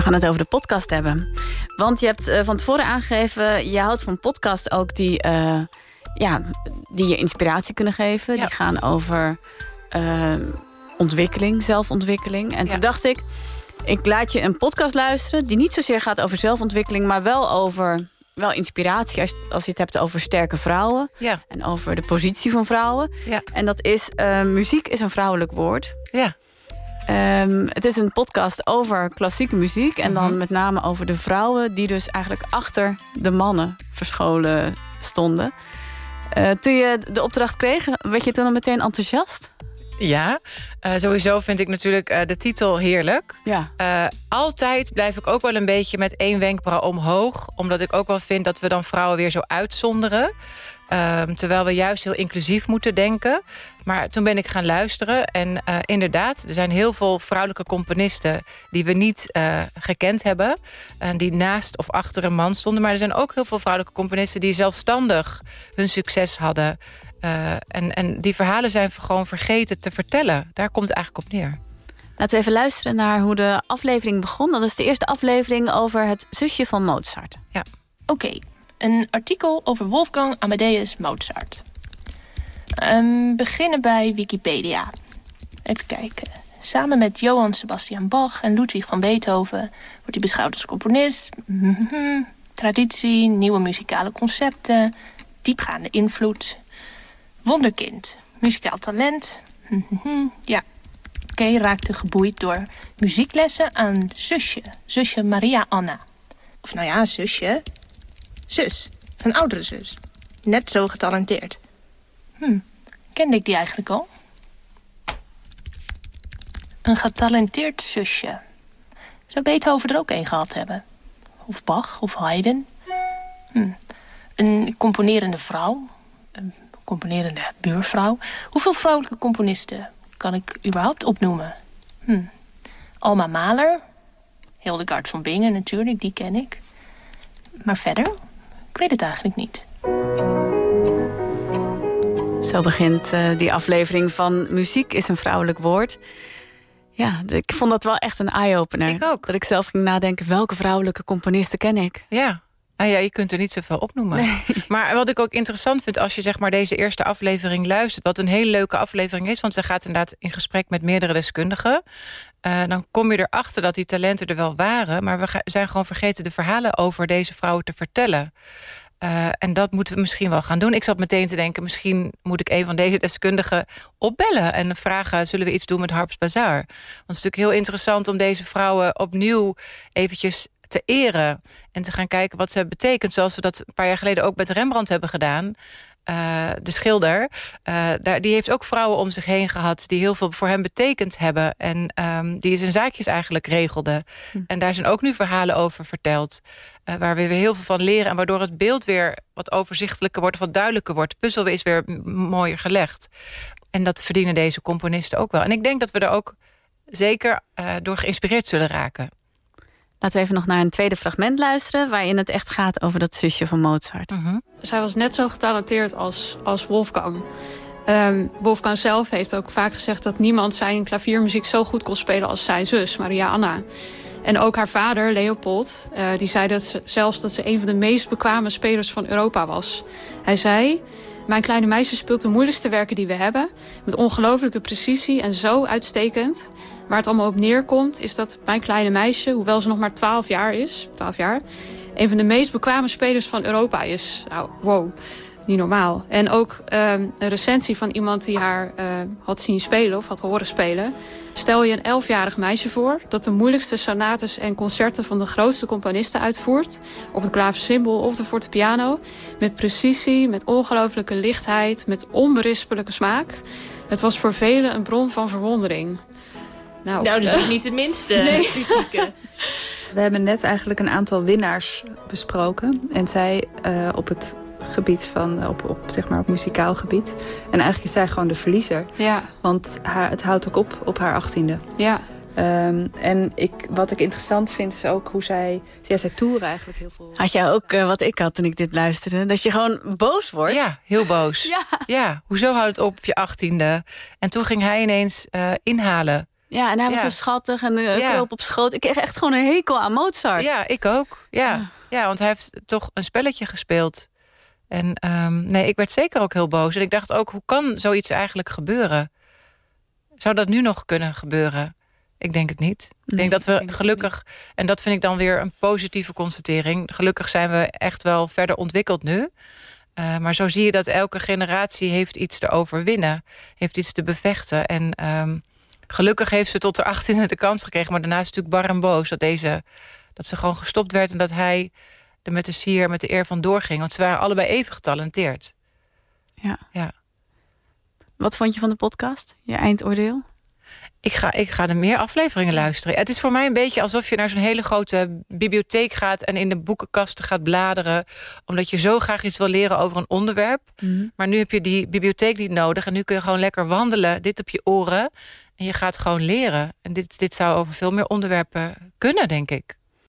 We gaan het over de podcast hebben. Want je hebt van tevoren aangegeven, je houdt van podcasts ook die je inspiratie kunnen geven. Ja. Die gaan over ontwikkeling, zelfontwikkeling. En toen dacht ik laat je een podcast luisteren die niet zozeer gaat over zelfontwikkeling, maar wel inspiratie als je het hebt over sterke vrouwen. Ja. En over de positie van vrouwen. Ja. En dat is, muziek is een vrouwelijk woord. Ja. Het is een podcast over klassieke muziek. En dan met name over de vrouwen die dus eigenlijk achter de mannen verscholen stonden. Toen je de opdracht kreeg, werd je toen al meteen enthousiast? Ja, sowieso vind ik natuurlijk de titel heerlijk. Ja. Altijd blijf ik ook wel een beetje met 1 wenkbrauw omhoog. Omdat ik ook wel vind dat we dan vrouwen weer zo uitzonderen. Terwijl we juist heel inclusief moeten denken. Maar toen ben ik gaan luisteren. En inderdaad, er zijn heel veel vrouwelijke componisten die we niet gekend hebben. En die naast of achter een man stonden. Maar er zijn ook heel veel vrouwelijke componisten die zelfstandig hun succes hadden. En die verhalen zijn gewoon vergeten te vertellen. Daar komt het eigenlijk op neer. Laten we even luisteren naar hoe de aflevering begon. Dat is de eerste aflevering over het zusje van Mozart. Ja. Oké, een artikel over Wolfgang Amadeus Mozart. Beginnen bij Wikipedia. Even kijken. Samen met Johann Sebastian Bach en Ludwig van Beethoven wordt hij beschouwd als componist. Traditie, nieuwe muzikale concepten, diepgaande invloed. Wonderkind, muzikaal talent. Ja, oké, raakte geboeid door muzieklessen aan zusje Maria Anna. Of nou ja, zus, een oudere zus. Net zo getalenteerd. Kende ik die eigenlijk al? Een getalenteerd zusje. Zou Beethoven er ook een gehad hebben? Of Bach, of Haydn? Een componerende vrouw? Een componerende buurvrouw? Hoeveel vrouwelijke componisten kan ik überhaupt opnoemen? Alma Mahler? Hildegard von Bingen natuurlijk, die ken ik. Maar verder? Ik weet het eigenlijk niet. Zo begint die aflevering van Muziek is een vrouwelijk woord. Ja, ik vond dat wel echt een eye-opener. Ik ook. Dat ik zelf ging nadenken, welke vrouwelijke componisten ken ik? Ja. Nou ja, je kunt er niet zoveel opnoemen. Nee. Maar wat ik ook interessant vind als je zeg maar deze eerste aflevering luistert, wat een hele leuke aflevering is, want ze gaat inderdaad in gesprek met meerdere deskundigen. Dan kom je erachter dat die talenten er wel waren, maar we zijn gewoon vergeten de verhalen over deze vrouwen te vertellen. En dat moeten we misschien wel gaan doen. Ik zat meteen te denken, misschien moet ik een van deze deskundigen opbellen en vragen, zullen we iets doen met Harps Bazaar? Want het is natuurlijk heel interessant om deze vrouwen opnieuw eventjes te eren en te gaan kijken wat ze betekent. Zoals we dat een paar jaar geleden ook met Rembrandt hebben gedaan. De schilder, die heeft ook vrouwen om zich heen gehad die heel veel voor hem betekend hebben. En die zijn zaakjes eigenlijk regelde. En daar zijn ook nu verhalen over verteld. Waar we weer heel veel van leren. En waardoor het beeld weer wat overzichtelijker wordt, wat duidelijker wordt. De puzzel is weer mooier gelegd. En dat verdienen deze componisten ook wel. En ik denk dat we er ook zeker door geïnspireerd zullen raken. Laten we even nog naar een tweede fragment luisteren, waarin het echt gaat over dat zusje van Mozart. Zij was net zo getalenteerd als Wolfgang. Wolfgang zelf heeft ook vaak gezegd dat niemand zijn klaviermuziek zo goed kon spelen als zijn zus, Maria Anna. En ook haar vader, Leopold, die zei dat ze een van de meest bekwame spelers van Europa was. Hij zei: mijn kleine meisje speelt de moeilijkste werken die we hebben, met ongelooflijke precisie en zo uitstekend. Waar het allemaal op neerkomt, is dat mijn kleine meisje, hoewel ze nog maar 12 jaar is, een van de meest bekwame spelers van Europa is. Nou, wow, niet normaal. En ook een recensie van iemand die haar had zien spelen of had horen spelen. Stel je een 11-jarig meisje voor dat de moeilijkste sonates en concerten van de grootste componisten uitvoert, op het klaversymbol of de fortepiano, met precisie, met ongelooflijke lichtheid, met onberispelijke smaak. Het was voor velen een bron van verwondering. Nou, dat is ook niet de minste kritieken. We hebben net eigenlijk een aantal winnaars besproken. En zij op het gebied van, op muzikaal gebied. En eigenlijk is zij gewoon de verliezer. Ja. Want het houdt ook op haar 18e. Ja. En wat ik interessant vind is ook hoe zij toeren eigenlijk heel veel. Had jij ook wat ik had toen ik dit luisterde? Dat je gewoon boos wordt? Ja, heel boos. Ja. Hoezo houdt het op je 18e? En toen ging hij ineens inhalen. Ja, en hij was zo schattig en krulp op schoot. Ik kreeg echt gewoon een hekel aan Mozart. Ja, ik ook. Ja, want hij heeft toch een spelletje gespeeld. En ik werd zeker ook heel boos. En ik dacht ook, hoe kan zoiets eigenlijk gebeuren? Zou dat nu nog kunnen gebeuren? Ik denk het niet. Ik denk dat we gelukkig... En dat vind ik dan weer een positieve constatering. Gelukkig zijn we echt wel verder ontwikkeld nu. Maar zo zie je dat elke generatie heeft iets te overwinnen. Heeft iets te bevechten. En gelukkig heeft ze tot haar 18e de kans gekregen. Maar daarna is het natuurlijk bar en boos dat ze gewoon gestopt werd. En dat hij er met de sier, met de eer van doorging. Want ze waren allebei even getalenteerd. Ja. Wat vond je van de podcast? Je eindoordeel? Ik ga er meer afleveringen luisteren. Het is voor mij een beetje alsof je naar zo'n hele grote bibliotheek gaat en in de boekenkasten gaat bladeren, omdat je zo graag iets wil leren over een onderwerp. Maar nu heb je die bibliotheek niet nodig en nu kun je gewoon lekker wandelen, dit op je oren en je gaat gewoon leren. En dit zou over veel meer onderwerpen kunnen, denk ik.